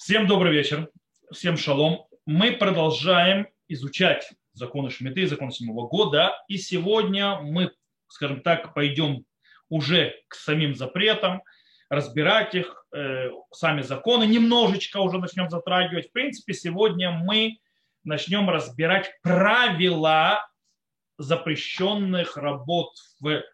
Всем добрый вечер, всем шалом. Мы продолжаем изучать законы Шмиты, законы седьмого года. И сегодня мы, скажем так, пойдем уже к самим запретам, разбирать их, сами законы. Немножечко уже начнем затрагивать. В принципе, сегодня мы начнем разбирать правила запрещенных работ в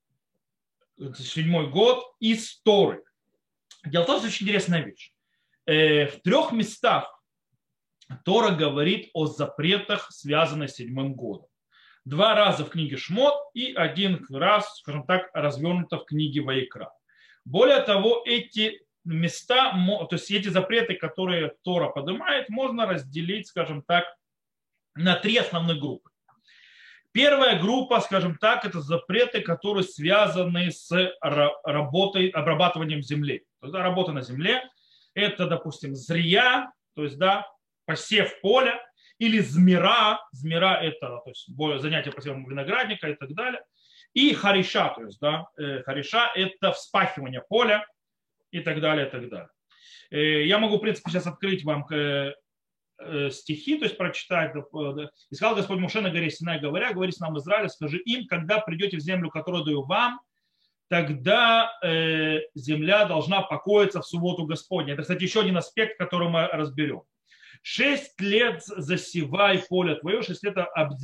седьмой год из Торы. Дело в том, что очень интересная вещь. В трех местах Тора говорит о запретах, связанных с седьмым годом. Два раза в книге Шмот и один раз, скажем так, развернуто в книге Ваикра. Более того, эти места, то есть эти запреты, которые Тора поднимает, можно разделить, скажем так, на три основных группы. Первая группа, скажем так, это запреты, которые связаны с работой, обрабатыванием земли. То есть работа на земле. Это, допустим, зрия, то есть, да, посев поля, или змира, змира это, то есть, занятие посевом виноградника и так далее, и хариша, то есть, да, хариша это вспахивание поля и так далее, и так далее. Я могу, в принципе, сейчас открыть вам стихи, то есть прочитать. И сказал Господь Моше на горе Синай, говори сынам Израиля, скажи им, когда придете в землю, которую даю вам, тогда земля должна покоиться в субботу Господня. Это, кстати, еще один аспект, который мы разберем. 6 лет засевай поле твое, 6 лет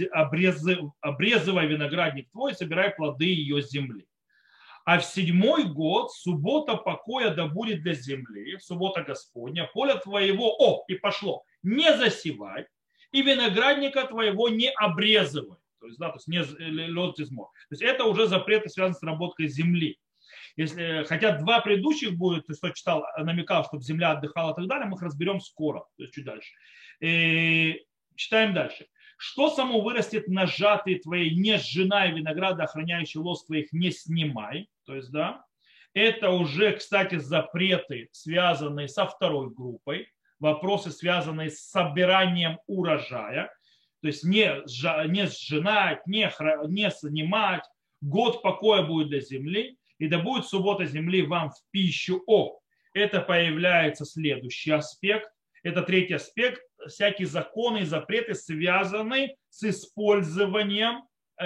обрезывай виноградник твой, собирай плоды ее земли. А в седьмой год суббота покоя да будет для земли, суббота Господня, поле твоего, и пошло, не засевай, и виноградника твоего не обрезывай. То есть, да, то есть не лотизмо. То есть это уже запреты, связанные с работой земли. Если, хотя два предыдущих будет, то есть кто читал, намекал, чтобы земля отдыхала и так далее, мы их разберем скоро, то есть чуть дальше. И читаем дальше. Что само вырастет на жатые твои, не сжинай винограда, охраняющий лоз твоих, не снимай. То есть, да, это уже, кстати, запреты, связанные со второй группой, вопросы, связанные с собиранием урожая. То есть не сжинать, не снимать. Год покоя будет для земли, и да будет суббота земли вам в пищу. Это появляется следующий аспект. Это третий аспект. Всякие законы и запреты связаны с использованием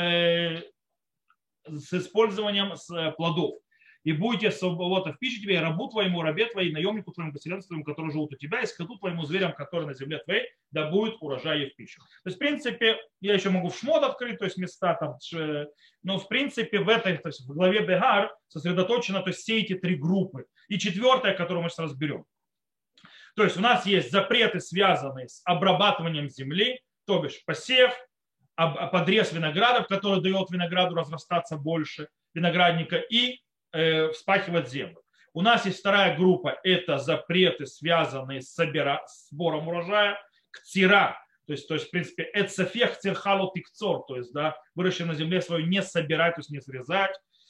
плодов. И будете суббота в пищу тебе, и рабу твоему, рабе твоей, наемнику твоему, поселенцу твоему, который живут у тебя, и скоту твоему, зверям, которые на земле твоей, да будет урожай в пищу. То есть, в принципе, я еще могу в Шмот открыть, то есть места там, но в принципе в этой, то есть в главе Бегар сосредоточено, то есть все эти три группы. И четвертая, которую мы сейчас разберем. То есть у нас есть запреты, связанные с обрабатыванием земли, то бишь посев, подрез виноградов, который дает винограду разрастаться больше, виноградника, и вспахивать землю. У нас есть вторая группа, это запреты, связанные с сбором урожая, ктира, то есть в принципе, эцефех цирхало тикцор, то есть, да, выращенное на земле свою не собирать, то есть не срезать,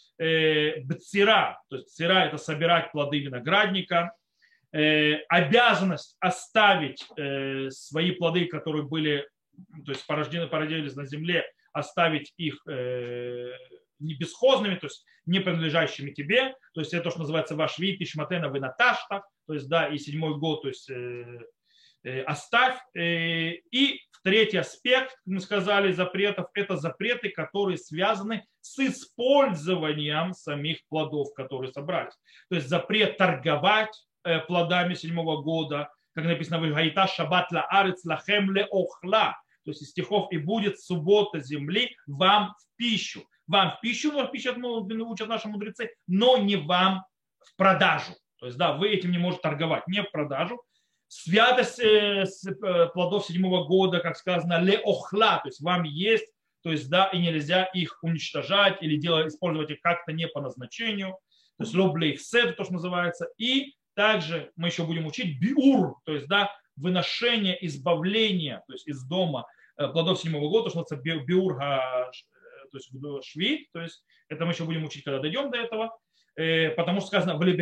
бцира, то есть цира это собирать плоды виноградника, обязанность оставить свои плоды, которые были, то есть породились на земле, оставить их не бесхозными, то есть не принадлежащими тебе, то есть это то, что называется ваш вид, ишматена винаташта, то есть да, и седьмой год, то есть оставь. И третий аспект, мы сказали, запретов, это запреты, которые связаны с использованием самих плодов, которые собрались. То есть запрет торговать плодами седьмого года, как написано в Гаита шаббат ла арец лахем ле охла, то есть из стихов и будет суббота земли вам в пищу. Вам в пищу, но в пищу учат наши мудрецы, но не вам в продажу. То есть, да, вы этим не можете торговать, не в продажу. Святость плодов седьмого года, как сказано, ле охла, то есть вам есть, то есть, да, и нельзя их уничтожать или использовать их как-то не по назначению. То есть, лоблей сет, то, что называется. И также мы еще будем учить биур, то есть, да, выношение, избавление, то есть из дома плодов седьмого года, то, что называется биур, то есть швид, то есть это мы еще будем учить, когда дойдем до этого, потому что сказано, то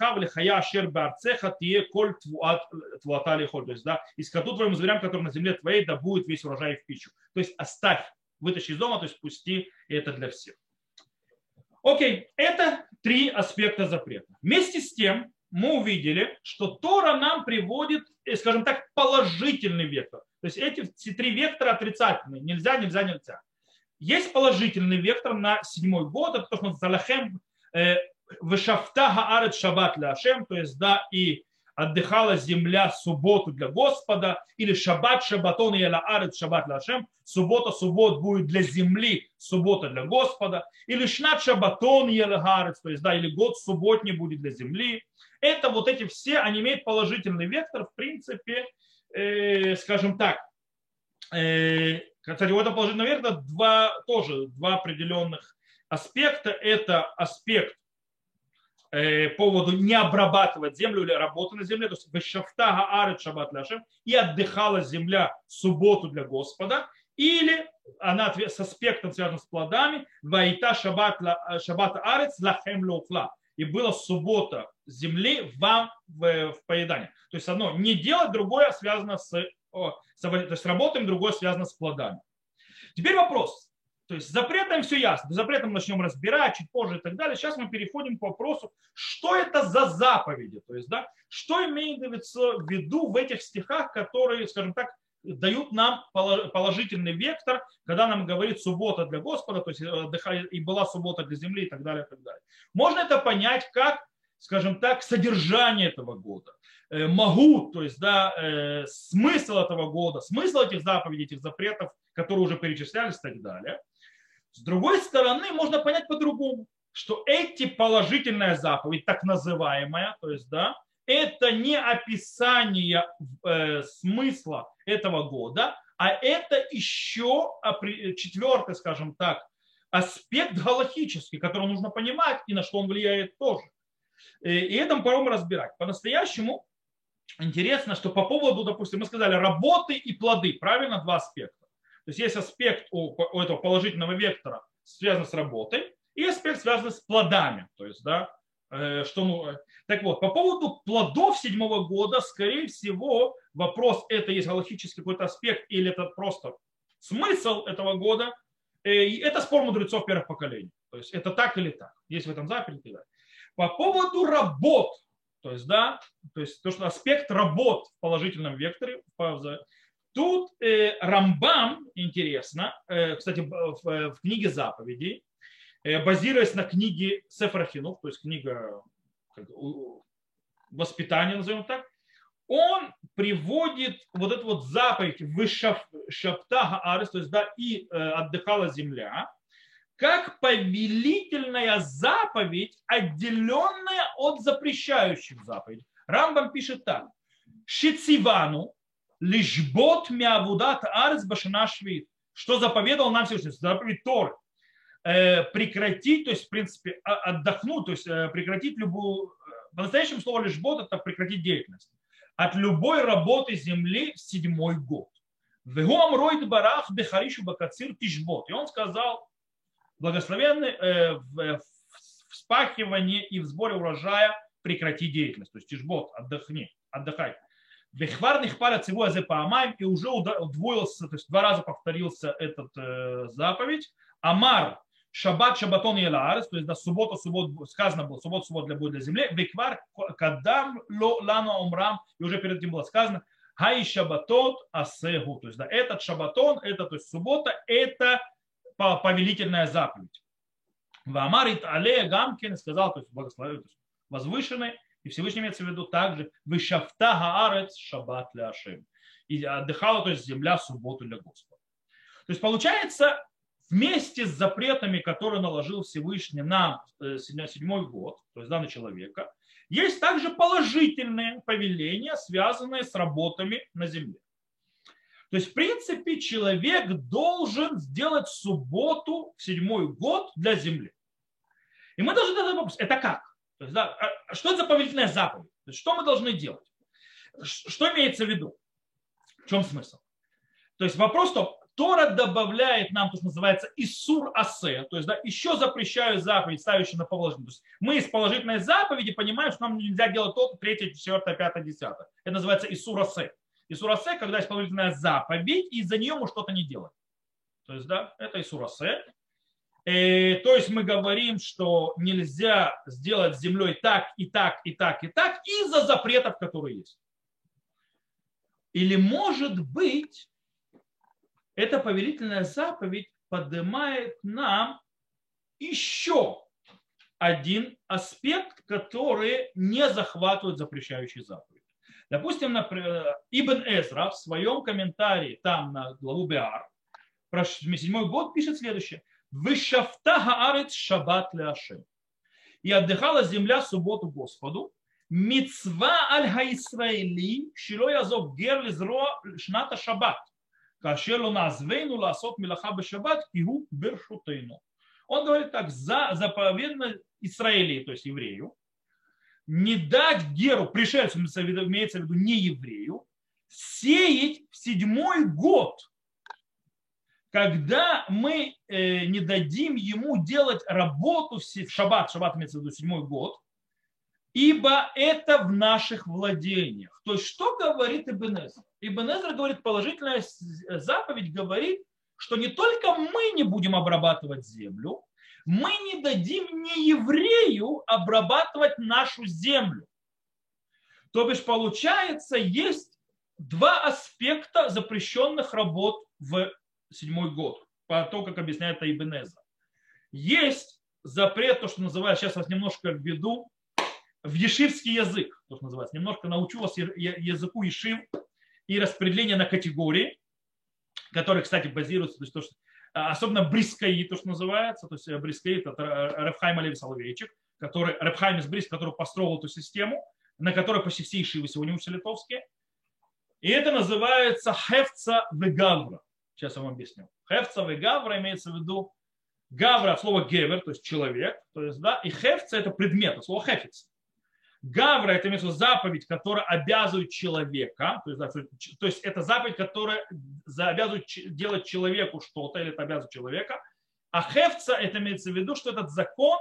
есть, да, и скоту твоим зверям, которые на земле твоей, да будет весь урожай в пищу. То есть оставь, вытащи из дома, то есть пусти, и это для всех. Окей, это три аспекта запрета. Вместе с тем, мы увидели, что Тора нам приводит, скажем так, положительный вектор. То есть эти три вектора отрицательные. Нельзя, нельзя, нельзя. Есть положительный вектор на 7-й год, это то, что называется Залахем Вешафта Хаарет Шаббат Ляшем, то есть да, и отдыхала земля в субботу для Господа, или Шаббат Шаббатон Ела Арет Шаббат Ляшем, суббота будет для земли, суббота для Господа, или Шнат Шаббатон Ела Арет, то есть да, или год субботний будет для земли. Это вот эти все, они имеют положительный вектор, в принципе, скажем так. Кстати, у этого положительного вектора два определенных аспекта. Это аспект по поводу не обрабатывать землю или работы на земле, то есть вешафта гаарет шаббат ляшем, и отдыхала земля в субботу для Господа, или она с аспектом связана с плодами, ваита шаббат арец лахем лоухла, и была суббота земли вам в поедании. То есть одно не делать, другое связано то есть работаем, другое связано с плодами. Теперь вопрос. То есть с запретом все ясно. С запретом начнем разбирать чуть позже и так далее. Сейчас мы переходим к вопросу, что это за заповеди. То есть, да, что имеется в виду в этих стихах, которые, скажем так, дают нам положительный вектор, когда нам говорит суббота для Господа, то есть и была суббота для земли и так далее, и так далее. Можно это понять как, скажем так, содержание этого года. Магут, то есть да, смысл этого года, смысл этих заповедей, этих запретов, которые уже перечислялись и так далее. С другой стороны, можно понять по-другому, что эти положительная заповедь, так называемая, то есть, да, это не описание смысла этого года, а это еще четвертый, скажем так, аспект галахический, который нужно понимать и на что он влияет тоже. И это мы по-моему разбирать. По-настоящему интересно, что по поводу, допустим, мы сказали работы и плоды, правильно, два аспекта. То есть есть аспект у этого положительного вектора, связанный с работой, и аспект, связанный с плодами. То есть, да, так вот, по поводу плодов 7-го года, скорее всего, вопрос, это есть галахический какой-то аспект, или это просто смысл этого года, и это спор мудрецов первых поколений. То есть это так или так. Есть в этом заповедь. По поводу работ, то есть, да, то есть то, что аспект работ в положительном векторе, тут Рамбам, интересно, кстати, в книге заповедей, базируясь на книге Сефер Хинух, то есть книга воспитания, назовем так, он приводит вот эту вот заповедь «Вышафта гаарес», то есть да, и отдыхала земля, как повелительная заповедь, отделенная от запрещающих заповедей. Рамбам пишет так. «Шицивану лишбот миавудат арец башана швид». Что заповедовал нам Всевышний? Заповедь Торы. Прекратить, то есть, в принципе, отдохнуть, то есть прекратить любую... По-настоящему слово лишбот – это прекратить деятельность. От любой работы земли в 7-й год. «Вегуам ройд барах бехаришу бакацир тишбот». И он сказал, благословенный в вспахивании и в сборе урожая прекрати деятельность. То есть тишбот, отдохни, отдыхай. Вехварных пара циву азепаамаем, и уже удвоился, то есть 2 раза повторился этот заповедь. Амар шаббат шаббатон елаарес, то есть до суббота сказано было, суббота для будет для земли. Вехвар кадам лану умрам, и уже перед этим было сказано хай шаббатот асегу, то есть да, этот шаббатон, это то есть суббота, это повелительная заповедь. Вамарит алея гамкин сказал, то есть благословен, то есть возвышенный, и Всевышний имеется в виду также вышафта гаарец шаббат ляшем. И отдыхала, то есть земля в субботу для Господа. То есть получается, вместе с запретами, которые наложил Всевышний на 7-й год, то есть данного человека, есть также положительные повеления, связанные с работами на земле. То есть, в принципе, человек должен сделать субботу в 7-й год для земли. И мы должны задать вопрос, это как? То есть, да, что это за повелительная заповедь? То есть, что мы должны делать? Что имеется в виду? В чем смысл? То есть вопрос, что Тора добавляет нам то, что называется Исур Асе, то есть да, еще запрещаю заповедь, ставящую на положение. То есть мы из положительной заповеди понимаем, что нам нельзя делать то, 3, 4, 5, 10. Это называется Исур Асе. Исур Асе, когда есть положительная заповедь, и из-за нее мы что-то не делаем. То есть да, это Исур Асе. То есть мы говорим, что нельзя сделать с землей так и так и так и так из-за запретов, которые есть. Или может быть, эта повелительная заповедь поднимает нам еще один аспект, который не захватывает запрещающий заповедь. Допустим, например, Ибн Эзра в своем комментарии там на главу Беар, про 7 год, пишет следующее. «Вышафта хаарец шаббат леашем». И отдыхала земля в субботу Господу. Мицва аль-хаисраили шило язов гер лизро шната шаббат. Кашелу назвейну ласот милаха бешаббат кигу бершутейну. Он говорит так, заповедно Израиле, то есть еврею, не дать геру, пришельцу, имеется в виду не еврею, сеять в 7-й год, когда мы не дадим ему делать работу в шаббат, шаббат имеется в виду 7-й год, ибо это в наших владениях. То есть что говорит Ибн Эзра? Ибн Эзра говорит, положительная заповедь говорит, что не только мы не будем обрабатывать землю, мы не дадим не еврею обрабатывать нашу землю. То бишь, получается, есть два аспекта запрещенных работ в 7-й год, по тому, как объясняет это Ибн Эзра. Есть запрет, то, что называют, сейчас вас немножко введу, в ешивский язык, то, что называется, немножко научу вас языку ешив и распределение на категории, которые, кстати, базируются, то есть, то, что, особенно брискаи, то, что называется, то есть брискаи, это Рав Хаим Алеви Соловейчик, который, Рав Хаим из Брис, который построил эту систему, на которой почти все ешивы сегодня учатся литовские. И это называется хефца вегавра. Сейчас я вам объясню. Хефца вегавра имеется в виду гавра от слова гевер, то есть человек, то есть, да, и хефца это предмет, от слова хефец. Гавра – это имеется в виду заповедь, которая обязывает человека, то есть это заповедь, которая обязывает делать человеку что-то, или это обязывает человека. А хефца – это имеется в виду, что этот закон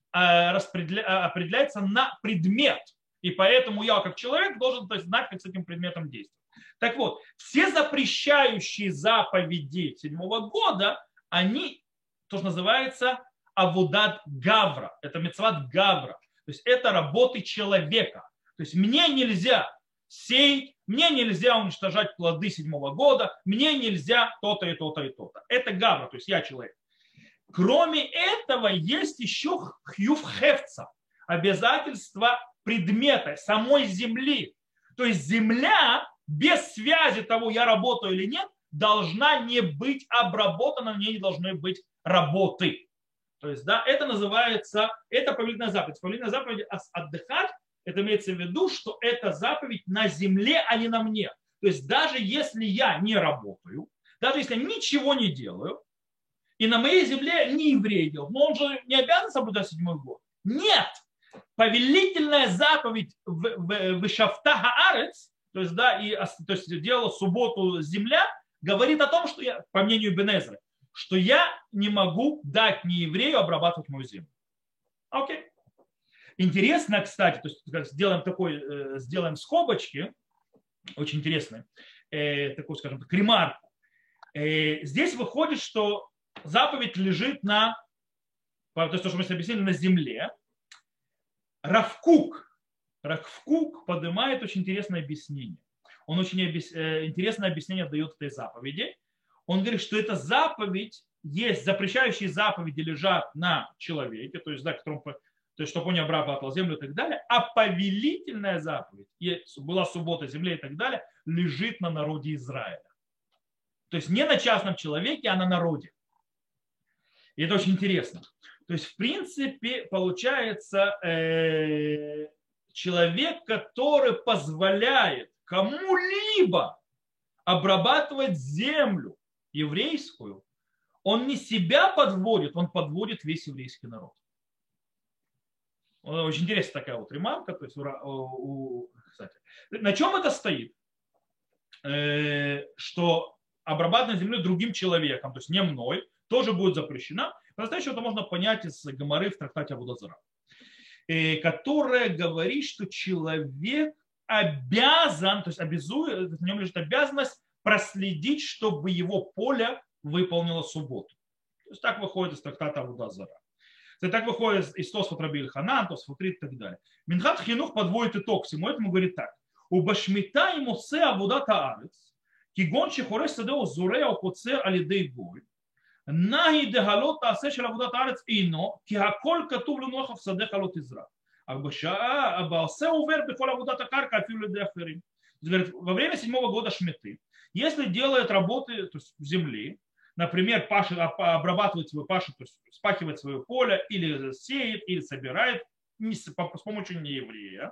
определяется на предмет. И поэтому я, как человек, должен, то есть, знать, как с этим предметом действовать. Так вот, все запрещающие заповеди 7-го года, они, то, что называется, авудат гавра. Это мицват гавра. То есть это работы человека. То есть мне нельзя сеять, мне нельзя уничтожать плоды 7-го года, мне нельзя то-то и то-то и то-то. Это гавра, то есть я человек. Кроме этого есть еще хьюф хефца, обязательство предмета, самой земли. То есть земля без связи того, я работаю или нет, должна не быть обработана, в ней не должны быть работы. То есть, да, это называется, это повелительная заповедь. Повелительная заповедь отдыхать, это имеется в виду, что это заповедь на земле, а не на мне. То есть, даже если я не работаю, даже если я ничего не делаю, и на моей земле не еврей делает, но он же не обязан соблюдать 7-й год. Нет! Повелительная заповедь в шафта хаарец, то есть, да, то есть делала субботу земля, говорит о том, что я, по мнению Ибн Эзры, что я не могу дать не еврею обрабатывать мою землю. Окей. Интересно, кстати, то есть сделаем скобочки, очень интересно, такую, скажем так, ремарку. Здесь выходит, что заповедь лежит на, то есть то, что мы объяснили, на земле. Рав Кук поднимает очень интересное объяснение. Он очень интересное объяснение дает этой заповеди. Он говорит, что эта заповедь, есть запрещающие заповеди лежат на человеке, то есть, да, то есть чтобы он не обрабатывал землю и так далее, а повелительная заповедь, была суббота земле и так далее, лежит на народе Израиля. То есть не на частном человеке, а на народе. И это очень интересно. То есть, в принципе, получается, человек, который позволяет кому-либо обрабатывать землю еврейскую, он не себя подводит, он подводит весь еврейский народ. Очень интересная такая вот ремарка. То есть, кстати, на чем это стоит? Что обрабатывание земли другим человеком, то есть не мной, тоже будет запрещено. По-настоящему это можно понять из Гемары в трактате Авода Зара, которая говорит, что человек обязан, то есть обязует, на нем лежит обязанность проследить, чтобы его поле выполнило субботу. То есть так выходит из трактата Авода Зара. Так выходит из Тосфот Раби Эльханан, Тосфот Рит и так далее. Минхат Хинух подводит итог всему этому, говорит так. У Башмита и Мосе Авода Таарец, Кигон Шихореш Садео Зурео Коцер Алидей Бой, Наги Дегалот Таасе Шел Авода Таарец Ино, Кихаколь Катув Лунохов Садех Алот Изра. Абаосе Увер Бехол Авода Такарка Афилу Дехерим. Во время 7-го года Шмиты, если делает работы то есть в земле, например, обрабатывает свою пашу, то есть спахивает свое поле, или сеет, или собирает с помощью нееврея,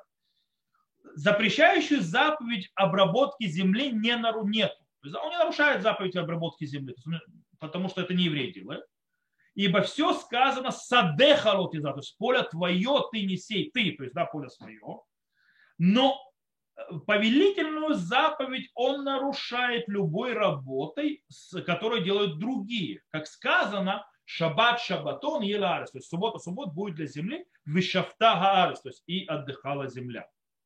запрещающую заповедь обработки земли нету. Он не нарушает заповедь обработки земли, потому что это не еврей делает. Ибо все сказано садехалот иза, то есть поле твое ты не сей, ты, то есть да, поле свое. Но повелительную заповедь он нарушает любой работой, которую делают другие. Как сказано, шаббат шаббатон еларес, то есть суббота будет для земли, вишафта гаарес, то есть и отдыхала земля.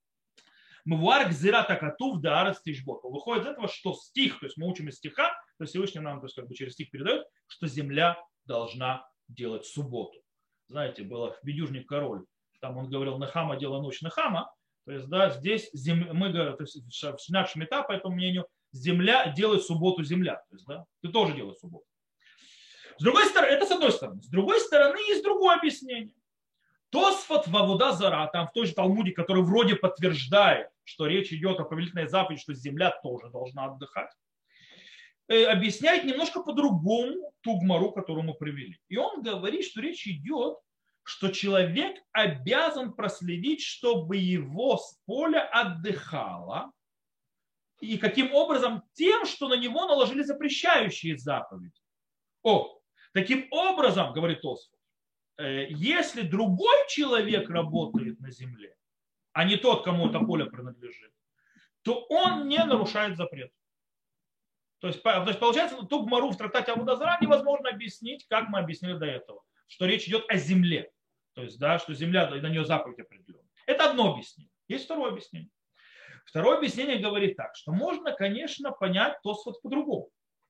Мвар гзира такатув даарес тишбот. Выходит из этого, что стих, то есть мы учим из стиха, то есть Всевышний нам то есть, как бы через стих передает, что земля должна делать субботу. Знаете, было Бедюжник король, там он говорил, Нехама делай ночь Нехама. То есть, да, здесь мы говорим, то есть, Шнат Шмита, по этому мнению, земля делает субботу земля. То есть, да, ты тоже делаешь субботу. С другой стороны, это с одной стороны. С другой стороны, есть другое объяснение. Тосфот в Авода Зара, там в той же Талмуде, который вроде подтверждает, что речь идет о повелительной заповеди, что земля тоже должна отдыхать, объясняет немножко по-другому ту гмару, которую мы привели. И он говорит, что речь идет, что человек обязан проследить, чтобы его поле отдыхало. И каким образом? Тем, что на него наложили запрещающие заповеди. Таким образом, говорит Тосфот, если другой человек работает на земле, а не тот, кому это поле принадлежит, то он не нарушает запрет. То есть получается, ту гмару в трактате Авода Зара невозможно объяснить, как мы объяснили до этого, что речь идет о земле. То есть, да, что земля, на нее заповедь определенная. Это одно объяснение. Есть второе объяснение. Второе объяснение говорит так, что можно, конечно, понять Тосфот по-другому.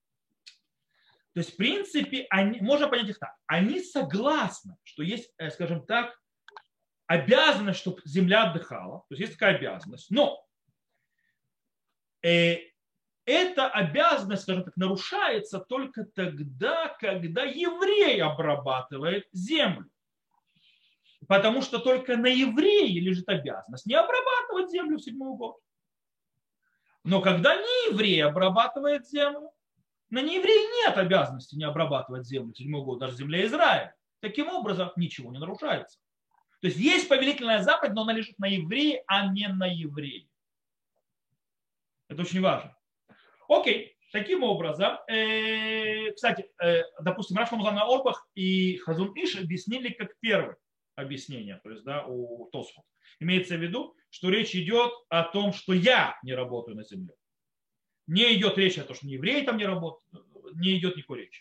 То есть, в принципе, можно понять их так. Они согласны, что есть, скажем так, обязанность, чтобы земля отдыхала. То есть, есть такая обязанность. Но эта обязанность, скажем так, нарушается только тогда, когда еврей обрабатывает землю. Потому что только на евреи лежит обязанность не обрабатывать землю в 7-й год. Но когда не еврей обрабатывает землю, на нееврея нет обязанности не обрабатывать землю в 7-й год, даже земля Израиля. Таким образом, ничего не нарушается. То есть повелительная заповедь, но она лежит на еврее, а не на еврее. Это очень важно. Окей. Таким образом, кстати, допустим, Рав Шломо Зальман Аурбах и Хазон Иш объяснили как первое объяснение, то есть, да, у Тосфот. Имеется в виду, что речь идет о том, что я не работаю на земле. Не идет речь о том, что евреи там не работают, не идет никакой речи.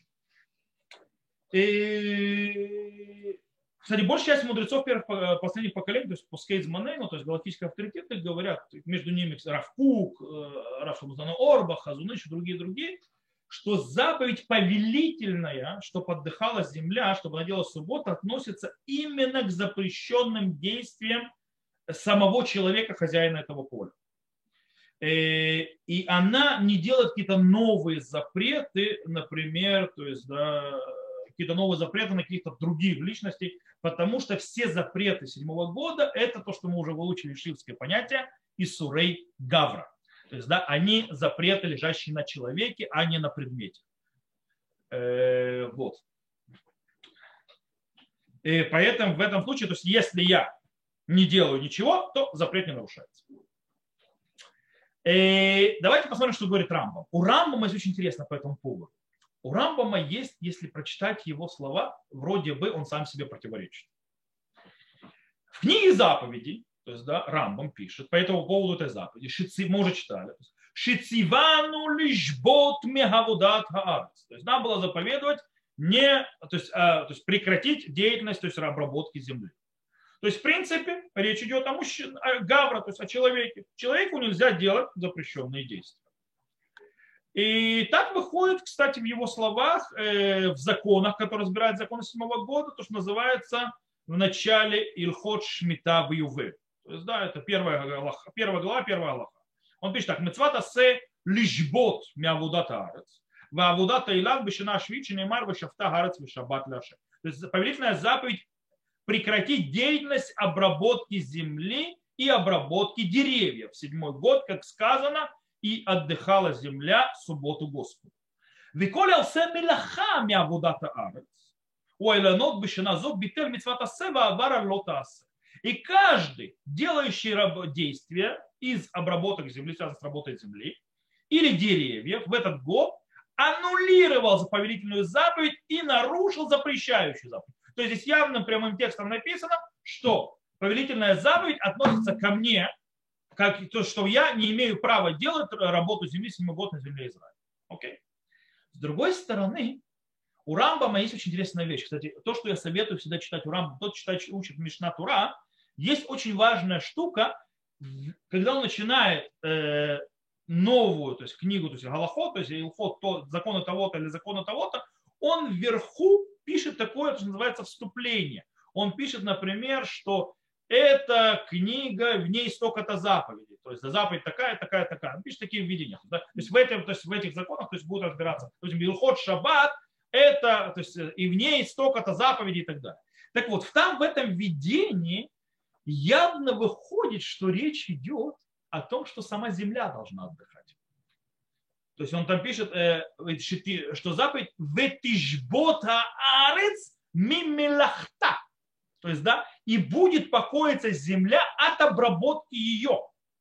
Кстати, большая часть мудрецов первых последних поколений, то есть Поскейдз Манейну, то есть галактические авторитеты, говорят, между ними Рав Кук, Рав Шломо Зальман Аурбах, Хазон Иш и другие, что заповедь повелительная, чтобы отдыхала земля, чтобы она делала субботу, относится именно к запрещенным действиям самого человека, хозяина этого поля. И она не делает какие-то новые запреты, например, то есть, да, какие-то новые запреты на каких-то других личностей, потому что все запреты 7-го года – это то, что мы уже выучили шивское понятие Исурей Гавра. То есть, да, они запреты, лежащие на человеке, а не на предмете. Вот. И поэтому в этом случае, то есть, если я не делаю ничего, то запрет не нарушается. Давайте посмотрим, что говорит Рамбам. У Рамбама есть очень интересно по этому поводу. У Рамбама есть, если прочитать его слова, вроде бы он сам себе противоречит. В книге заповедей, то есть, да, Рамбам пишет по этому поводу этой заповеди, мы уже читали, Шицивану лишбот мегавудат хаарец. То есть нам было заповедовать то есть прекратить деятельность, то есть обработки земли. То есть, в принципе, речь идет о мужчине, о гавра, то есть о человеке. Человеку нельзя делать запрещенные действия. И так выходит, кстати, в его словах, в законах, которые разбирают законы 7-го года, то, что называется в начале Илхот Шмита в Юве. То есть, да, это первая глава, первая Аллаха. Он пишет так: «Мецват асе лишбот миавудата арец, ваавудата илав бешена швид, шенемар вешафта арец вешабат ляше». То есть повелительная заповедь прекратить деятельность обработки земли и обработки деревьев в 7-й год, как сказано, и отдыхала земля в субботу Господу. Виколь алсе милаха миавудата арец, уайланот бешена зоб битер мицват асе ваавара лота асе. И каждый, делающий действие из обработок земли, связанных с работой земли, или деревьев в этот год, аннулировал повелительную заповедь и нарушил запрещающую заповедь. То есть здесь явным прямым текстом написано, что повелительная заповедь относится ко мне, как то, что я не имею права делать работу земли 7-й год на земле Израиля. Окей? С другой стороны, у Рамбама есть очень интересная вещь. Кстати, то, что я советую всегда читать у Рамбама, тот учит Мишна Тура, есть очень важная штука, когда он начинает новую, то есть книгу, то есть Галахот, то есть Илхот, законы того-то или законы того-то, он вверху пишет такое, что называется вступление. Он пишет, например, что эта книга, в ней столько-то заповедей. То есть заповедь такая, такая, такая. Он пишет такие введения. Да? То есть в этих законах то есть, будут разбираться. То есть Илхот Шаббат, это, то есть, и в ней столько-то заповедей и так далее. Так вот, там в этом введении явно выходит, что речь идет о том, что сама земля должна отдыхать. То есть он там пишет, что заповедь «Ветишбота арец мимелахта». То есть, да, и будет покоиться земля от обработки ее.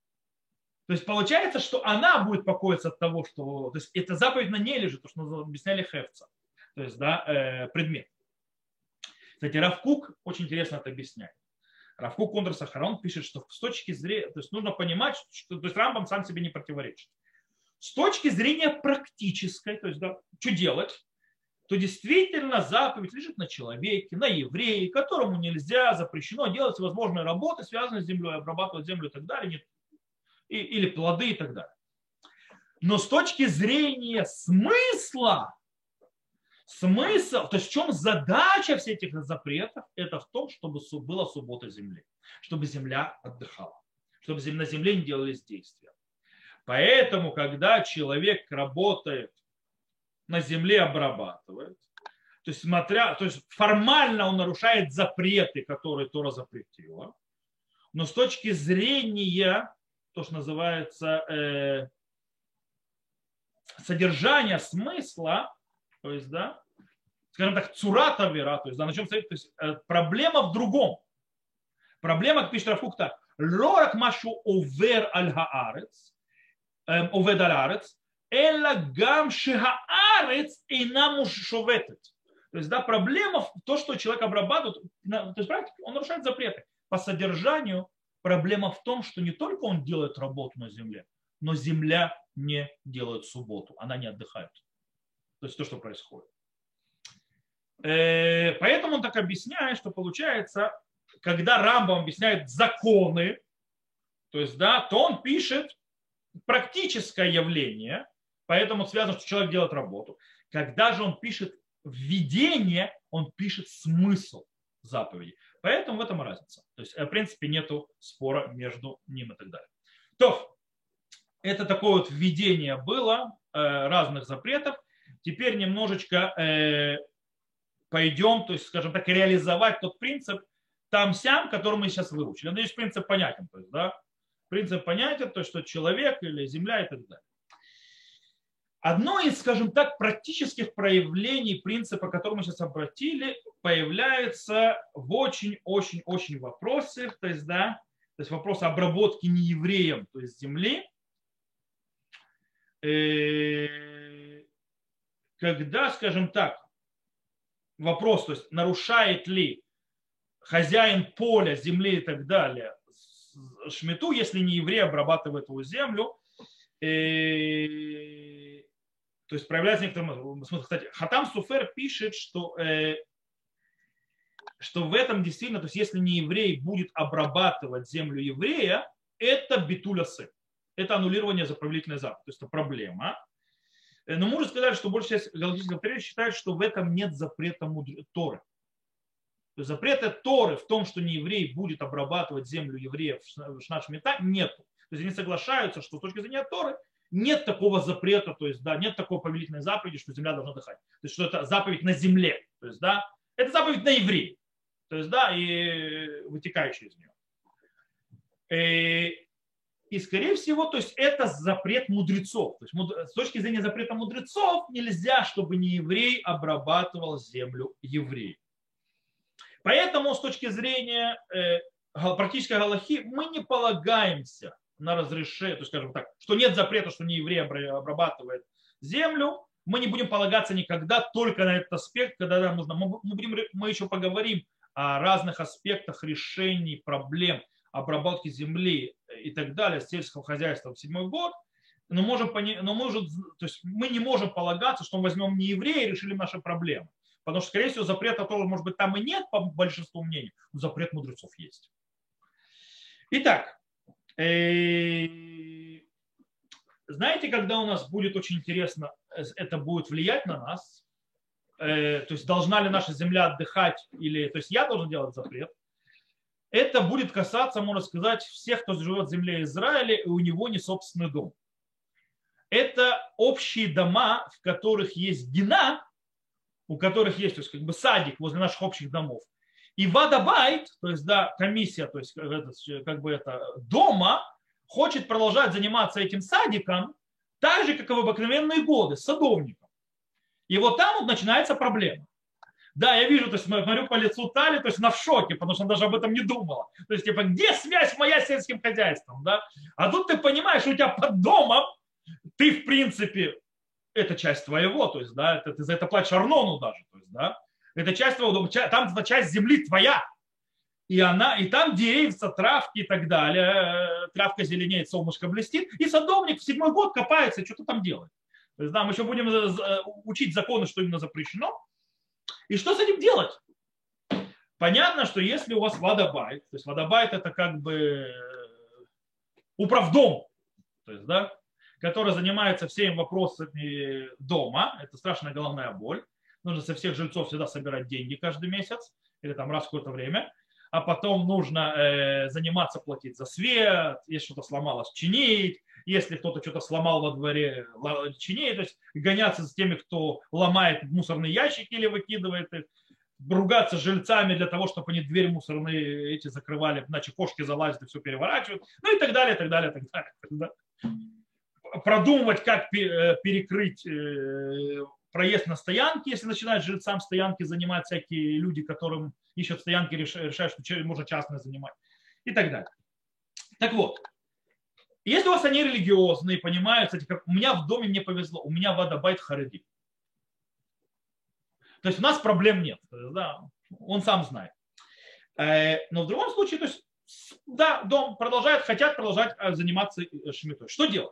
То есть получается, что она будет покоиться от того, что... То есть эта заповедь на ней лежит, то, что объясняли Хевца. То есть, да, предмет. Кстати, Рав Кук очень интересно это объясняет. Рав Кук Кондр Сахарон пишет, что с точки зрения... То есть нужно понимать, что то есть Рамбам сам себе не противоречит. С точки зрения практической, то есть, да, что делать, то действительно заповедь лежит на человеке, на еврее, которому нельзя, запрещено делать всевозможные работы, связанные с землей, обрабатывать землю и так далее, или плоды и так далее. Но с точки зрения смысла, то есть в чем задача всех этих запретов, это в том, чтобы была суббота земли, чтобы земля отдыхала, чтобы на земле не делались действия. Поэтому, когда человек работает на земле, обрабатывает, то есть формально он нарушает запреты, которые Тора запретила, но с точки зрения, то, что называется содержания, смысла, то есть, да, скажем так, цурата вера, то есть, да, на чем стоит, то есть, проблема в другом. Проблема, как пишет Рав Кук, так: лорак машу овер аль-хаарец, овед аль-хаарец, элла гам шехаарец и нам шоветет. То есть, да, проблема в том, что человек обрабатывает, то есть, он нарушает запреты. По содержанию проблема в том, что не только он делает работу на земле, но земля не делает субботу, она не отдыхает. То есть то, что происходит. Поэтому он так объясняет, что получается, когда Рамбам объясняет законы, то есть, да, то он пишет практическое явление, поэтому связано, что человек делает работу. Когда же он пишет введение, он пишет смысл заповеди. Поэтому в этом разница. То есть, в принципе, нет спора между ним и так далее. То, это такое вот введение было разных запретов. Теперь немножечко пойдем, то есть, скажем так, реализовать тот принцип там-сям, который мы сейчас выучили. Надеюсь, принцип понятен. То есть, да, принцип понятен, то, что человек или земля и так далее. Одно из, скажем так, практических проявлений принципа, который мы сейчас обратили, появляется в очень-очень-очень вопросе, то есть, да, то есть вопрос обработки неевреем, то есть земли, когда, скажем так, вопрос, то есть нарушает ли хозяин поля, земли и так далее шмиту, если не еврей обрабатывает его землю, то есть проявляется некоторым смыслом. Кстати, Хатам Суфер пишет, что в этом действительно, то есть если не еврей будет обрабатывать землю еврея, это битуля сы, это аннулирование заповедительной заповеди, то есть это проблема. Но можно сказать, что большая часть галактических авторитетов считает, что в этом нет запрета Торы. То есть запрета Торы в том, что нееврей будет обрабатывать землю евреев в Шнат Шмита, нету. То есть они соглашаются, что с точки зрения Торы нет такого запрета, то есть да, нет такой повелительной заповеди, что земля должна дыхать. То есть что это заповедь на земле. То есть да, это заповедь на евреи. То есть да, и вытекающая из нее. И скорее всего, то есть это запрет мудрецов. То есть с точки зрения запрета мудрецов нельзя, чтобы не еврей обрабатывал землю евреев. Поэтому с точки зрения практической галахи мы не полагаемся на разрешение, то есть, скажем так, что нет запрета, что не еврей обрабатывает землю. Мы не будем полагаться никогда только на этот аспект, когда нам нужно. Мы еще поговорим о разных аспектах решений проблем обработки земли и так далее, сельского хозяйства в 7-й год. Но мы не можем полагаться, что мы возьмем не еврея и решили наши проблемы. Потому что, скорее всего, запрета тоже, может быть, там и нет, по большинству мнений, но запрет мудрецов есть. Итак, знаете, когда у нас будет очень интересно, это будет влиять на нас, то есть должна ли наша земля отдыхать, или, то есть я должен делать запрет, это будет касаться, можно сказать, всех, кто живет в земле Израиля, и у него не собственный дом. Это общие дома, в которых есть гина, у которых есть, то есть, как бы садик возле наших общих домов. И вадабайт, то есть да, комиссия, то есть как бы это дома, хочет продолжать заниматься этим садиком, так же, как и в обыкновенные годы, с садовником. И вот там вот начинается проблема. Да, я вижу, то есть смотрю по лицу Тали, то есть она в шоке, потому что она даже об этом не думала. То есть, типа, где связь моя с сельским хозяйством, да? А тут ты понимаешь, что у тебя под домом, ты, в принципе, это часть твоего, то есть, да, ты за это платишь арнону даже, то есть, да, это часть твоего дома, там часть земли твоя, и там деревья, травки и так далее, травка зеленеет, солнышко блестит, и садовник в 7-й год копается и что-то там делает. То есть, да, мы еще будем учить законы, что именно запрещено. И что с этим делать? Понятно, что если у вас водобайт, то есть водобайт это как бы управдом, то есть, да, который занимается всеми вопросами дома, это страшная головная боль. Нужно со всех жильцов всегда собирать деньги каждый месяц или там раз в какое-то время. А потом нужно заниматься, платить за свет, если что-то сломалось, чинить. Если кто-то что-то сломал во дворе, чинить. То есть гоняться с теми, кто ломает мусорные ящики или выкидывает их. Ругаться с жильцами для того, чтобы они дверь мусорные эти закрывали, иначе кошки залазят и все переворачивают. Ну и так далее, так далее, так далее. Продумывать, как перекрыть проезд на стоянке, если начинают жильцам стоянки занимать всякие люди, которым ищут стоянки, решают, что можно частное занимать и так далее. Так вот, если у вас они религиозные, понимают, кстати, как у меня в доме мне повезло, у меня вадабайт хареди. То есть у нас проблем нет, да, он сам знает. Но в другом случае, то есть, да, дом хотят продолжать заниматься шмитой. Что делать?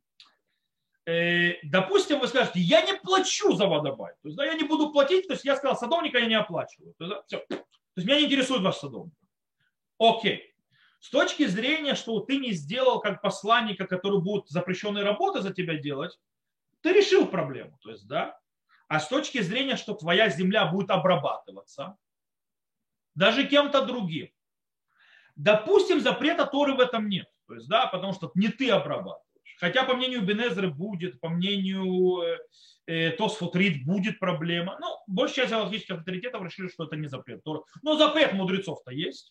Допустим, вы скажете, я не плачу за водобайт, то есть, да, я не буду платить, то есть я сказал, садовника я не оплачиваю. То есть, да, все. То есть меня не интересует ваш садовник. Окей. С точки зрения, что ты не сделал как посланника, который будет запрещенные работы за тебя делать, ты решил проблему. То есть, да. А с точки зрения, что твоя земля будет обрабатываться, даже кем-то другим, допустим, запрета Торы в этом нет. То есть, да, потому что не ты обрабатываешь. Хотя, по мнению Бен-Эзры будет, по мнению Тосфот Рид будет проблема. Ну, большая часть галахических авторитетов решили, что это не запрет Торы. Но запрет мудрецов-то есть.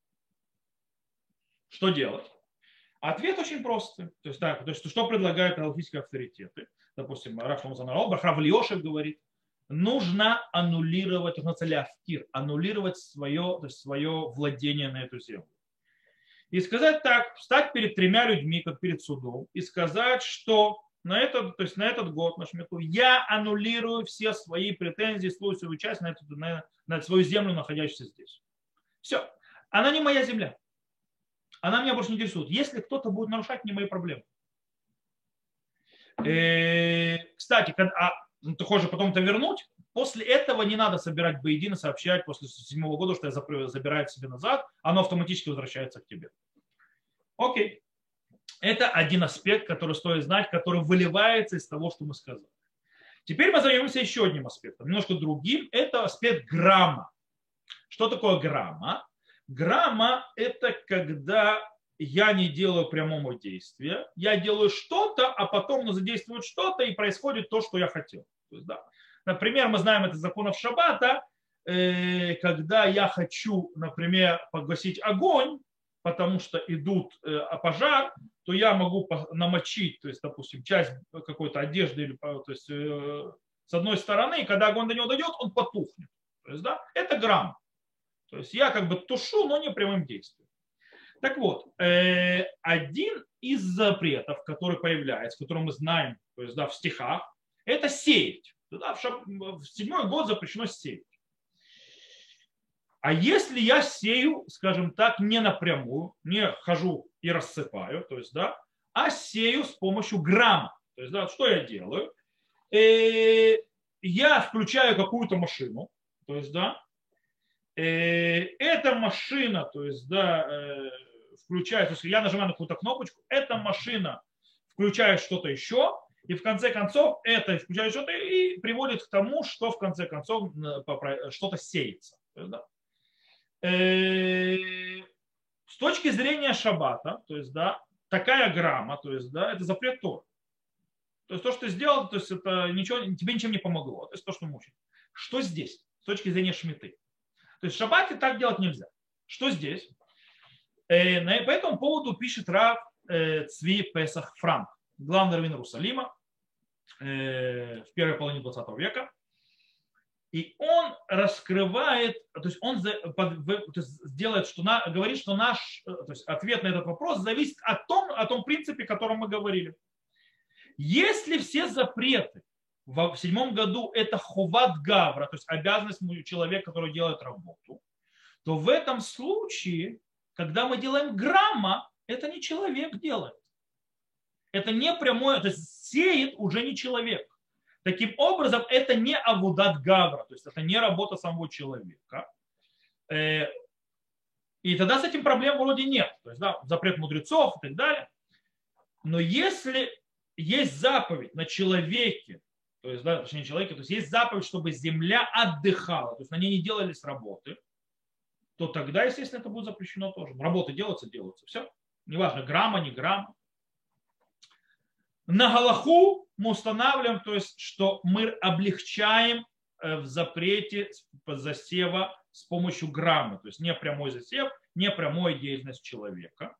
Что делать? Ответ очень простой. То есть что предлагают галахические авторитеты? Допустим, Рав Шломо Зальман Ауэрбах, Рав Ильошев говорит, нужно аннулировать, аннулировать свое владение на эту землю. И сказать так, встать перед 3 людьми, как перед судом, и сказать, что на этот год, на шмиту, я аннулирую все свои претензии, свою часть на свою землю, находящуюся здесь. Все. Она не моя земля. Она меня больше не интересует. Если кто-то будет нарушать, не мои проблемы. Кстати, ты хочешь потом это вернуть, после этого не надо собирать бейдин и сообщать после 7-го года, что я забираю себе назад, оно автоматически возвращается к тебе. Окей. Это один аспект, который стоит знать, который выливается из того, что мы сказали. Теперь мы займемся еще одним аспектом, немножко другим. Это аспект грамма. Что такое грамма? Грамма – это когда я не делаю прямого действия, я делаю что-то, а потом задействует что-то, и происходит то, что я хотел. То есть, да. Например, мы знаем это из законов шаббата, когда я хочу, например, погасить огонь, потому что идут пожар, то я могу намочить, то есть, допустим, часть какой-то одежды, или, то есть, с одной стороны, и когда огонь до него дойдет, он потухнет. То есть, да, это грамм. То есть я как бы тушу, но не прямым действием. Так вот, один из запретов, который появляется, который мы знаем, то есть, да, в стихах, это сеять. Да, в седьмой год запрещено сеять. А если я сею, скажем так, не напрямую, не хожу и рассыпаю, то есть, да, а сею с помощью грамма, то есть, да, что я делаю? Я включаю какую-то машину, то есть, да, эта машина, то есть, да, включает, то есть я нажимаю на какую-то кнопочку, эта машина включает что-то еще, и в конце концов это включает что-то и приводит к тому, что в конце концов что-то сеется. То есть, да. С точки зрения шаббата, то есть, да, такая грамма, то есть, да, это запрет Торы. То есть то, что ты сделал, то есть это ничего, тебе ничем не помогло. То есть то, что мучит. Что здесь с точки зрения шмиты? То есть в шаббате так делать нельзя. Что здесь? По этому поводу пишет Рав Цви Песах Франк, главный раввин Иерусалима в первой половине 20 века. И он раскрывает, то есть он делает, что говорит, что наш то есть ответ на этот вопрос зависит о том принципе, о котором мы говорили. Если все запреты в седьмом году это хуват гавра, то есть обязанность человека, который делает работу, то в этом случае, когда мы делаем грамма, это не человек делает. Это не прямое, то есть сеет уже не человек. Таким образом, это не авудат гавра, то есть это не работа самого человека. И тогда с этим проблем вроде нет. То есть, да, запрет мудрецов и так далее. Но если есть заповедь на человеке, то есть, да, точнее, человеке, то есть есть заповедь, чтобы земля отдыхала, то есть на ней не делались работы, то тогда, естественно, это будет запрещено тоже. Работы делаются. Все. Неважно, грамма, не грамма. На галаху мы устанавливаем, то есть, что мы облегчаем в запрете засева с помощью граммы, то есть не прямой засев, не прямая деятельность человека.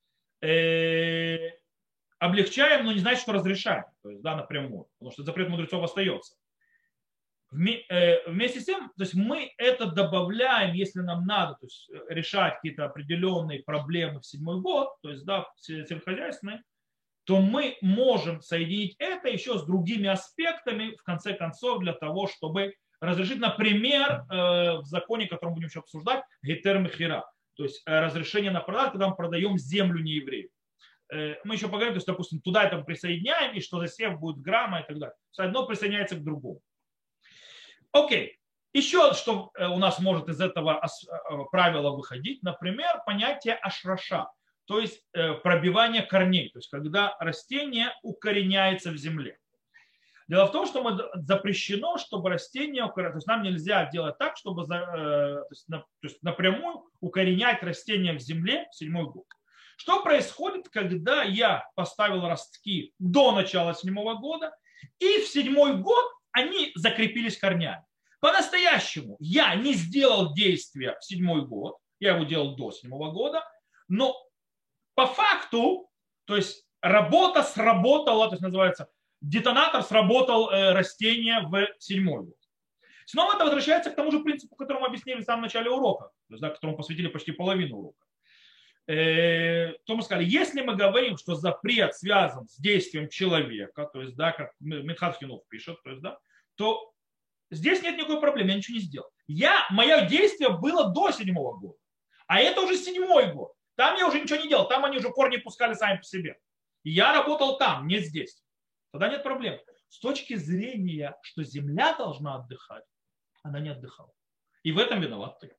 Облегчаем, но не значит, что разрешаем, то есть, да, напрямую, потому что запрет мудрецов остается. Вместе с тем, то есть мы это добавляем, если нам надо, то есть решать какие-то определенные проблемы в седьмой год, то есть, да, сельскохозяйственные, то мы можем соединить это еще с другими аспектами, в конце концов, для того, чтобы разрешить, например, в законе, который мы будем еще обсуждать, гетер мехира, то есть разрешение на продажу, когда мы продаем землю нееврею. Мы еще поговорим, то есть, допустим, туда это присоединяем, и что засев будет грамма и так далее. Одно присоединяется к другому. Окей. Еще что у нас может из этого правила выходить, например, понятие ашраша, то есть пробивание корней, то есть когда растение укореняется в земле. Дело в том, что запрещено, чтобы растение, то есть нам нельзя делать так, чтобы то есть напрямую укоренять растение в земле в седьмой год. Что происходит, когда я поставил ростки до начала седьмого года, и в седьмой год они закрепились корнями. По-настоящему я не сделал действия в седьмой год, я его делал до седьмого года, но по факту, то есть работа сработала, то есть называется, детонатор сработал растение в седьмой год. Снова это возвращается к тому же принципу, который мы объяснили в самом начале урока, то есть, да, которому посвятили почти половину урока. То мы сказали, если мы говорим, что запрет связан с действием человека, то есть, да, как Митхат Хинух пишет, то есть, да, то здесь нет никакой проблемы, я ничего не сделал. Мое действие было до седьмого года, а это уже седьмой год. Там я уже ничего не делал, там они уже корни пускали сами по себе. И я работал там, не здесь. Тогда нет проблем. С точки зрения, что земля должна отдыхать, она не отдыхала. И в этом виноват ты.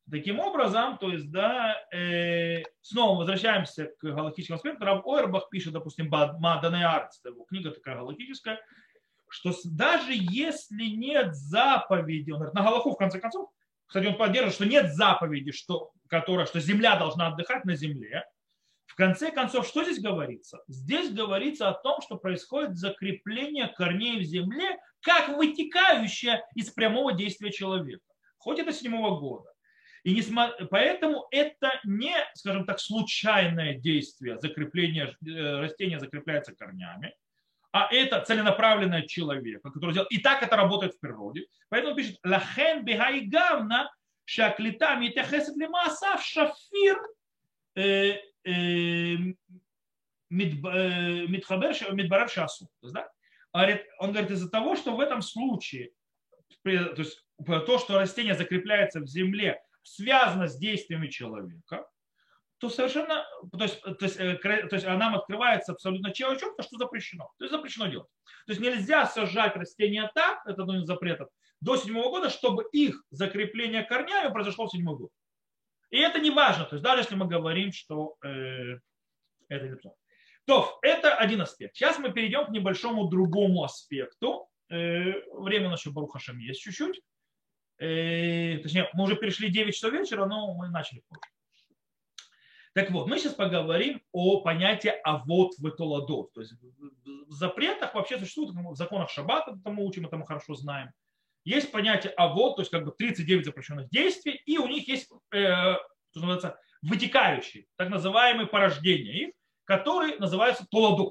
Таким образом, то есть, да, снова возвращаемся к галактическому аспекту. Рав Ойербах пишет, допустим, Маданей Арц, его книга такая галактическая, что даже если нет заповеди, он говорит, на Галаху, в конце концов, кстати, он поддерживает, что нет заповеди, что земля должна отдыхать на земле. В конце концов, что здесь говорится? Здесь говорится о том, что происходит закрепление корней в земле, как вытекающее из прямого действия человека. Хоть это 7-го года. Поэтому это не, скажем так, случайное действие, закрепление, растение закрепляется корнями, а это целенаправленное человека, который делает. И так это работает в природе. Поэтому пишет «Лахен бихай гавна шаклита митяхесет лимаасав шафир мидбарер шасу». Он говорит, из-за того, что в этом случае, то есть то, что растение закрепляется в земле, связано с действиями человека, то совершенно, то есть нам открывается абсолютно четко, что запрещено. То есть запрещено делать. То есть нельзя сажать растения так, это один из запретов, до 7-го года, чтобы их закрепление корнями произошло в 7-й год. И это не важно, то есть даже если мы говорим, что это не то. То, это один аспект. Сейчас мы перейдем к небольшому другому аспекту. Время у нас еще Барух Хашем есть чуть-чуть. Точнее, мы уже перешли 9 часов вечера, но мы начали позже. Так вот, мы сейчас поговорим о понятии авот ветоладот. То есть в запретах вообще существует, в законах Шаббата, это мы учим, это мы хорошо знаем. Есть понятие авот, то есть как бы 39 запрещенных действий, и у них есть, что называется, вытекающие, так называемые порождения их, которые называются толадот.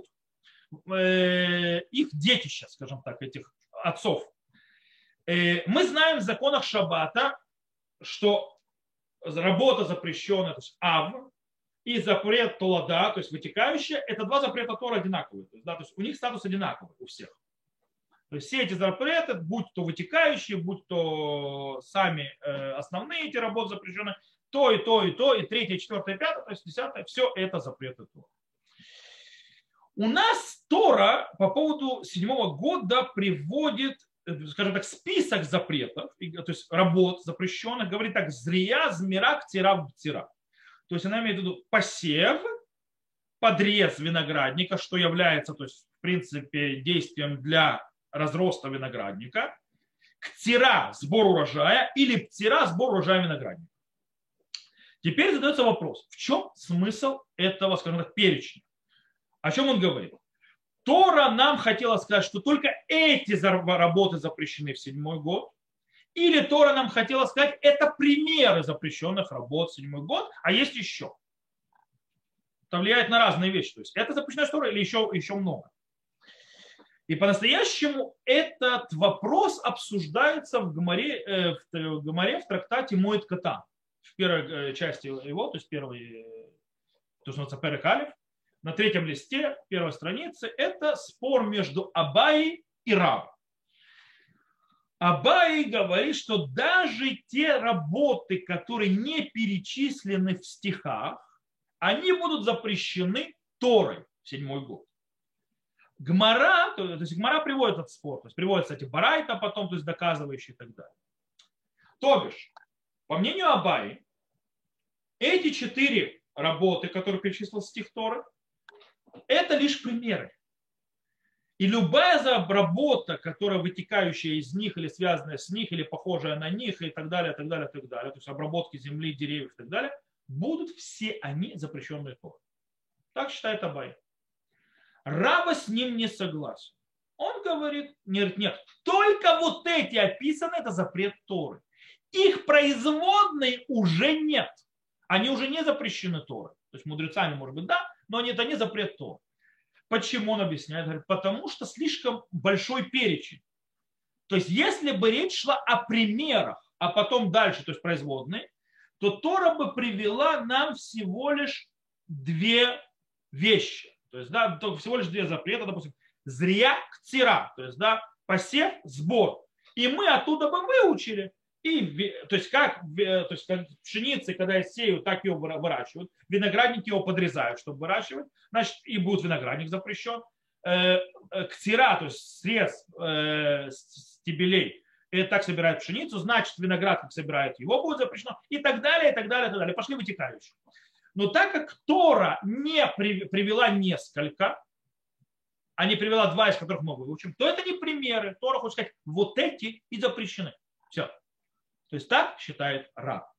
Их детища, скажем так, этих отцов. Мы знаем в законах Шаббата, что работа запрещенная, то есть ав, и запрет толада, то есть вытекающая, это два запрета Тора одинаковые. То есть, да, то есть у них статус одинаковый у всех. То есть все эти запреты, будь то вытекающие, будь то сами основные эти работы запрещенные, то, и то, и то, и третье, и четвертое, и пятое, то есть десятое, все это запреты Тора. У нас Тора по поводу 7-го года приводит, скажем так, список запретов, то есть работ запрещенных, говорит так: зрия, змира, ктира, птира. То есть она имеет в виду посев, подрез виноградника, что является, то есть, в принципе, действием для разроста виноградника, ктира, сбор урожая, или птира, сбор урожая виноградника. Теперь задается вопрос, в чем смысл этого, скажем так, перечня? О чем он говорит? Тора нам хотела сказать, что только эти работы запрещены в 7-й год, или Тора нам хотела сказать, это примеры запрещенных работ в 7-й год, а есть еще. Это влияет на разные вещи. То есть это запрещенная Тора или еще много. И по-настоящему этот вопрос обсуждается в Гемаре, в трактате Моэд Катан. В первой части его, то есть первый, то, что называется Перек Алеф, на 3-м листе, первой страницы, это спор между Абай и Рав. Абай говорит, что даже те работы, которые не перечислены в стихах, они будут запрещены Торой в 7-й год. Гмара, то есть Гмара приводит этот спор, то есть приводит, кстати, Барайта потом, то есть доказывающий и так далее. То бишь, по мнению Абай, эти 4 работы, которые перечислил стих Торы, это лишь примеры. И любая работа, которая вытекающая из них или связанная с них, или похожая на них, и так далее, так далее, так далее, то есть обработки земли, деревьев и так далее, будут все они запрещенные Торой. Так считает Абай. Раба с ним не согласен. Он говорит, нет, только вот эти описаны, это запрет Торы. Их производные уже нет. Они уже не запрещены Торой. То есть мудрецами, может быть, да, но это не запрет Торы. Почему он объясняет? Говорит, потому что слишком большой перечень. То есть если бы речь шла о примерах, а потом дальше, то есть производные, то Тора бы привела нам всего лишь 2 вещи. То есть, да, всего лишь 2 запрета, допустим, зрия, ктира, то есть, да, посев, сбор. И мы оттуда бы выучили. То есть, как пшеницы, когда сеют, так ее выращивают. Виноградники его подрезают, чтобы выращивать. Значит, и будет виноградник запрещен. Ктира, то есть срез стебелей, и так собирают пшеницу, значит, виноград, как собирают, его будет запрещено, и так далее, и так далее, и так далее. Пошли вытекающие. Но так как Тора не привела несколько, а не привела два, из которых мы выучим, то это не примеры. Тора хочет сказать, вот эти и запрещены. Все. То есть так считает Рав.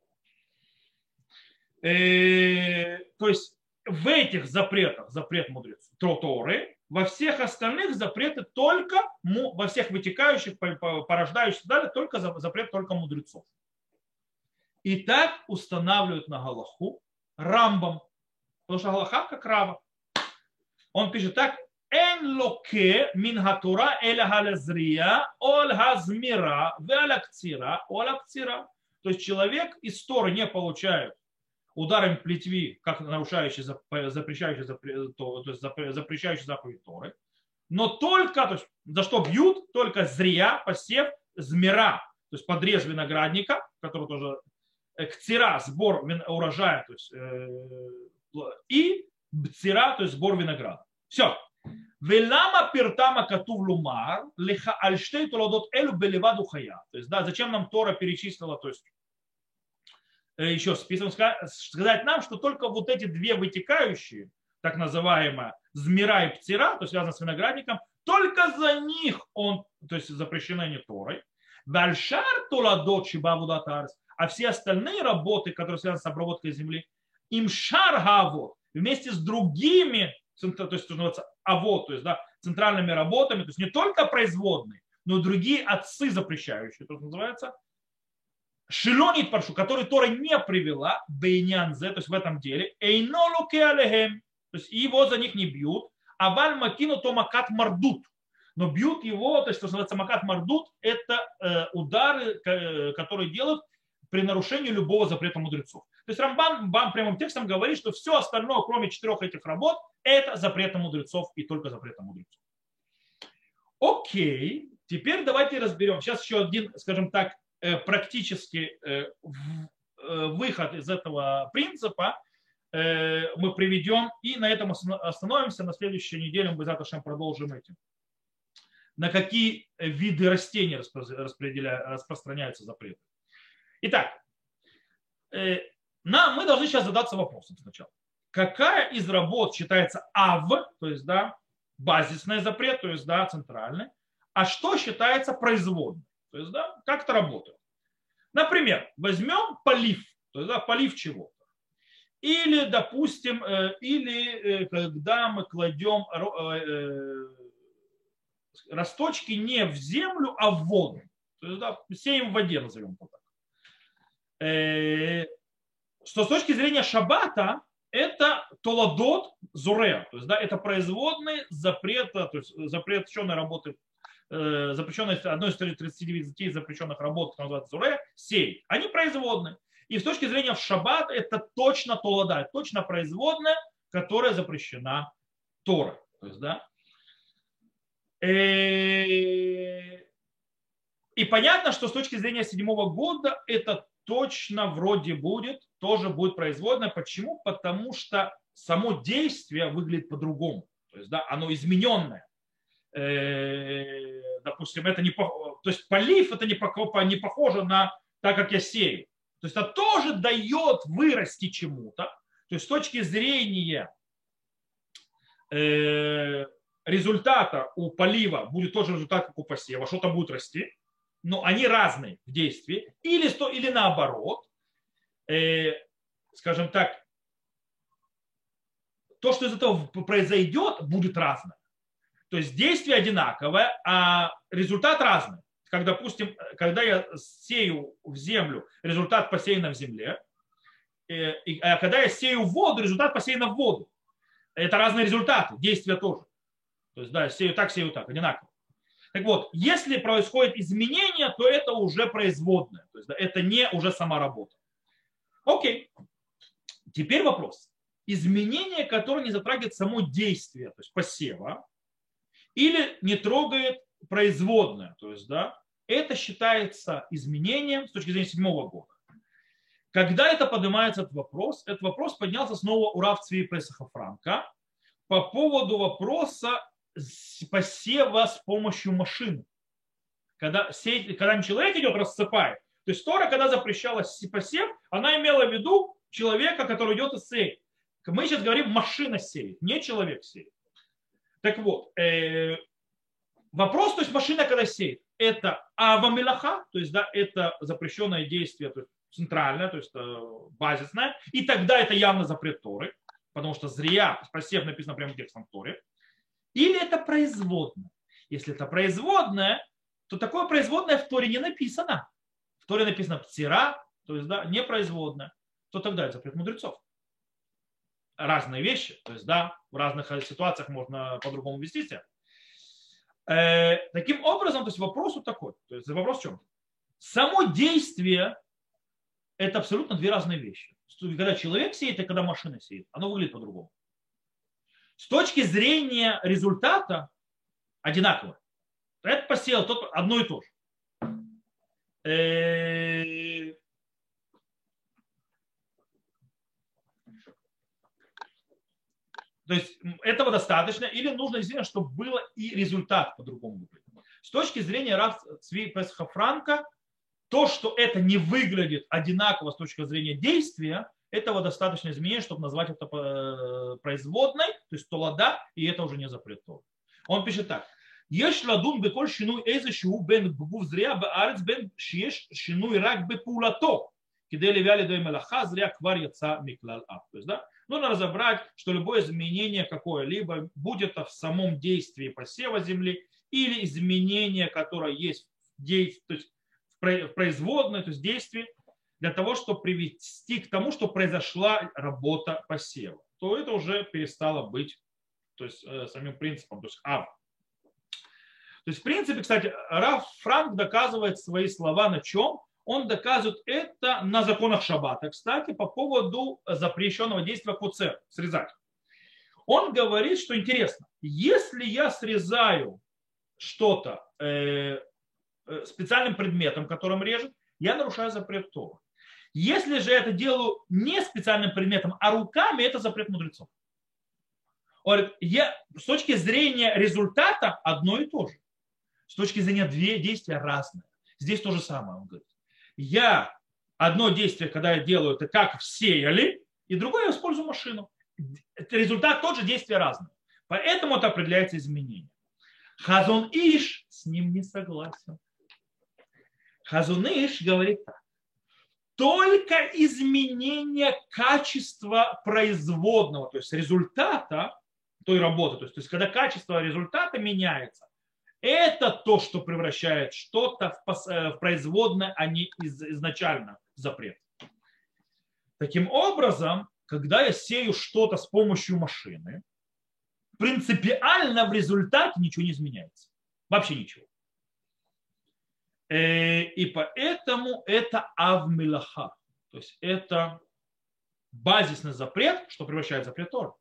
То есть в этих запретах, запрет мудрецов, Торы, во всех остальных запреты только, во всех вытекающих, порождающих, далее, только запрет только мудрецов. И так устанавливают на Галаху Рамбам. Потому что Галаха как Рава. Он пишет так. Эн локе мин хатура эля халязрия оль хазмира веалякцира олякцира. То есть человек из Торы не получает ударом плетьми, как нарушающий, запрещающий, то есть запрещающий заповедь Торы, но только, то есть за что бьют, только зрия, посев, змира, то есть подрез виноградника, который тоже кцира, сбор урожая, то есть, и бцира, то есть сбор винограда. Все. Велама пиртама катув лумар лиха альштей толадот элю белеваду хая. То есть, да, зачем нам Тора перечислила, то есть еще списываем, сказать нам, что только вот эти две вытекающие, так называемые змира и птира, то есть связано с виноградником, только за них он, то есть запрещено не Торой. Дальшар толадот шибавудатарс, а все остальные работы, которые связаны с обработкой земли, им шар гавот, вместе с другими, то есть что называется авот, то есть да, центральными работами, то есть не только производные, но и другие отцы запрещающие, то, что называется, шилонит паршу, который Тора не привела, бейнянзе, то есть в этом деле, эйнолуке алехем, то есть его за них не бьют, а валь макину то макат мардут, но бьют его, то есть что называется макат мардут, это удары, которые делают при нарушении любого запрета мудрецов. То есть Рамбан прямым текстом говорит, что все остальное, кроме 4 этих работ, это запреты мудрецов и только запреты мудрецов. Окей, теперь давайте разберем. Сейчас еще один, скажем так, практический выход из этого принципа мы приведем и на этом остановимся. На следующей неделе мы завтра продолжим этим. На какие виды растений распространяются запреты. Итак, мы должны сейчас задаться вопросом сначала. Какая из работ считается АВ, то есть да, базисный запрет, то есть да, центральный, а что считается производным? То есть, да, как это работает. Например, возьмем полив, то есть, да, полив чего-то. Или, допустим, когда мы кладем росточки не в землю, а в воду. То есть, да, сеем в воде, назовем это так. Что с точки зрения шаббата, это толадот зурея, то есть, да, это производные запрета, то есть запрещенной работы, запрещенной, одной из 39 запрещенных работ, которые называется зурея, сей. Они производные. И с точки зрения в шаббат это точно толада, точно производная, которая запрещена Торой. То есть, да. И понятно, что с точки зрения 7-го года это точно вроде тоже будет производное. Почему? Потому что само действие выглядит по-другому. То есть, да, оно измененное. Допустим, это не, то есть полив это не похоже на так, как я сею. То есть это тоже дает вырасти чему-то. То есть с точки зрения результата у полива будет тоже результат, как у посева. Что-то будет расти. Но они разные в действии. Или наоборот. Скажем так, то, что из этого произойдет, будет разное. То есть действие одинаковое, а результат разный. Как, допустим, когда я сею в землю, результат посеян в земле, а когда я сею в воду, результат посеян в воду. Это разные результаты, действия тоже. То есть, да, сею так, одинаково. Так вот, если происходит изменение, то это уже производное. То есть, да, это не уже сама работа. Окей. Теперь вопрос. Изменение, которое не затрагивает само действие, то есть посева, или не трогает производное, то есть, да, это считается изменением с точки зрения 7-го года. Когда это поднимается этот вопрос поднялся снова у Рав Цви Песаха Франка по поводу вопроса посева с помощью машины. когда человек идет, рассыпает. То есть Тора, когда запрещала посев, она имела в виду человека, который идет и сеет. Мы сейчас говорим, машина сеет, не человек сеет. Так вот, вопрос, то есть машина, когда сеет, это авамилаха, то есть да, это запрещенное действие, то есть центральное, то есть базисное, и тогда это явно запрет Торы, потому что зря посев написано прямо текстом Торы, или это производное. Если это производное, то такое производное в Торе не написано. В Торе написано птира, то есть да, непроизводное, то тогда это запрет мудрецов. Разные вещи, то есть да, в разных ситуациях можно по-другому вести себя. Таким образом, то есть вопрос вот такой. То есть вопрос в чем? Само действие – это абсолютно две разные вещи. Когда человек сеет и когда машина сеет, оно выглядит по-другому. С точки зрения результата одинаково. Это посеял, тот одно и то же. То есть этого достаточно или нужно действительно, чтобы было и результат по-другому. С точки зрения Рав Цви Песха Франка, то, что это не выглядит одинаково с точки зрения действия, этого достаточно изменения, чтобы назвать это производной, то есть толада, и это уже не запрет Торы. Он пишет так. יש לדון בכל שינוי איזשהו בין בגוף זריעה בארץ בין שיש שינוי רק בפעולתו כדי להביא לידי מלאכה זריעה כבר יצא מכלל אף. То есть, да, нужно разобрать, что любое изменение какое-либо, будь это в самом действии посева земли или изменение, которое есть то есть в производной, то есть действии, для того, чтобы привести к тому, что произошла работа посева, то это уже перестало быть, то есть самим принципом, то есть ав. То есть, в принципе, кстати, Рав Франк доказывает свои слова на чем? Он доказывает это на законах шаббата, кстати, по поводу запрещенного действия куцер, срезать. Он говорит, что интересно, если я срезаю что-то специальным предметом, которым режет, я нарушаю запрет Торы. Если же я это делаю не специальным предметом, а руками, это запрет мудрецов. Он говорит, с точки зрения результата одно и то же. С точки зрения действия разные. Здесь то же самое, он говорит. Одно действие, когда я делаю, это как сеяли, и другое я использую машину. Результат тот же, действия разные. Поэтому это определяется изменение. Хазон Иш с ним не согласен. Хазон Иш говорит так. Только изменение качества производного, то есть результата той работы, то есть когда качество результата меняется, это то, что превращает что-то в производное, а не изначально в запрет. Таким образом, когда я сею что-то с помощью машины, принципиально в результате ничего не изменяется. Вообще ничего. И поэтому это авмилаха. То есть это базисный запрет, что превращает запрет Торы.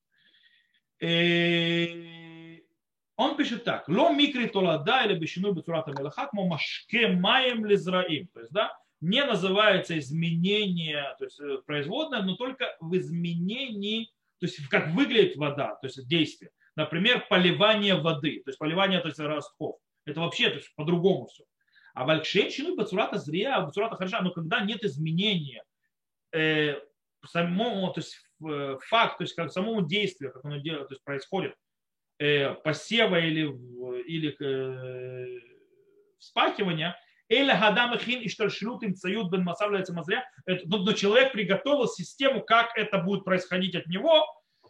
Он пишет так. Ло микри толада или бешиной бецурата мелаха, мо машке маем лизраим. То есть, да, не называется изменение, то есть производное, но только в изменении, то есть как выглядит вода, то есть действие. Например, поливание воды, то есть поливание, то есть ростков. Это вообще то есть, по-другому все. А валькшенщину бецурата зря, бецурата хороша, но когда нет изменения самому, то есть факт, то есть как самому действию, как оно делает, то есть происходит, посева или вспахивания, но человек приготовил систему, как это будет происходить от него,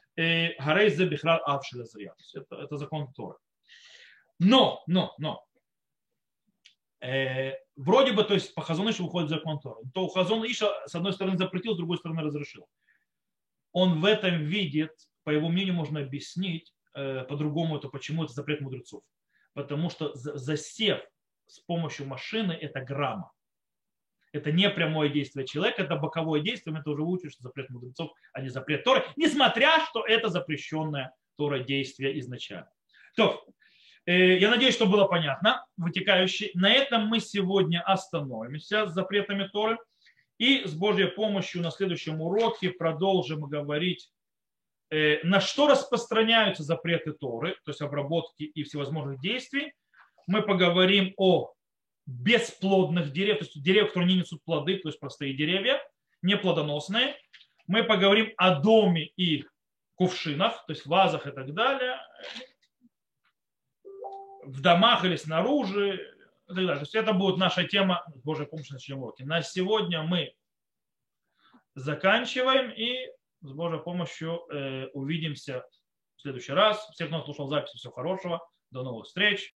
это закон Торы. Но, вроде бы, то есть по Хазон Ишу выходит закон Торы, то Хазон Иша с одной стороны запретил, с другой стороны разрешил. Он в этом видит, по его мнению, можно объяснить по-другому, это почему это запрет мудрецов. Потому что засев с помощью машины – это грамма. Это не прямое действие человека, это боковое действие, это уже учишь, что запрет мудрецов, а не запрет Торы, несмотря, что это запрещенное Торой действие изначально. То, я надеюсь, что было понятно, вытекающее. На этом мы сегодня остановимся с запретами Торы. И с Божьей помощью на следующем уроке продолжим говорить, на что распространяются запреты Торы, то есть обработки и всевозможных действий. Мы поговорим о бесплодных деревьев, то есть деревьев, которые не несут плоды, то есть простые деревья, не плодоносные. Мы поговорим о доме и кувшинах, то есть вазах и так далее, в домах или снаружи. И так далее. То есть это будет наша тема с Божьей помощью на следующем уроке. На сегодня мы заканчиваем и с Божьей помощью увидимся в следующий раз. Всех, кто слушал запись, всего хорошего. До новых встреч.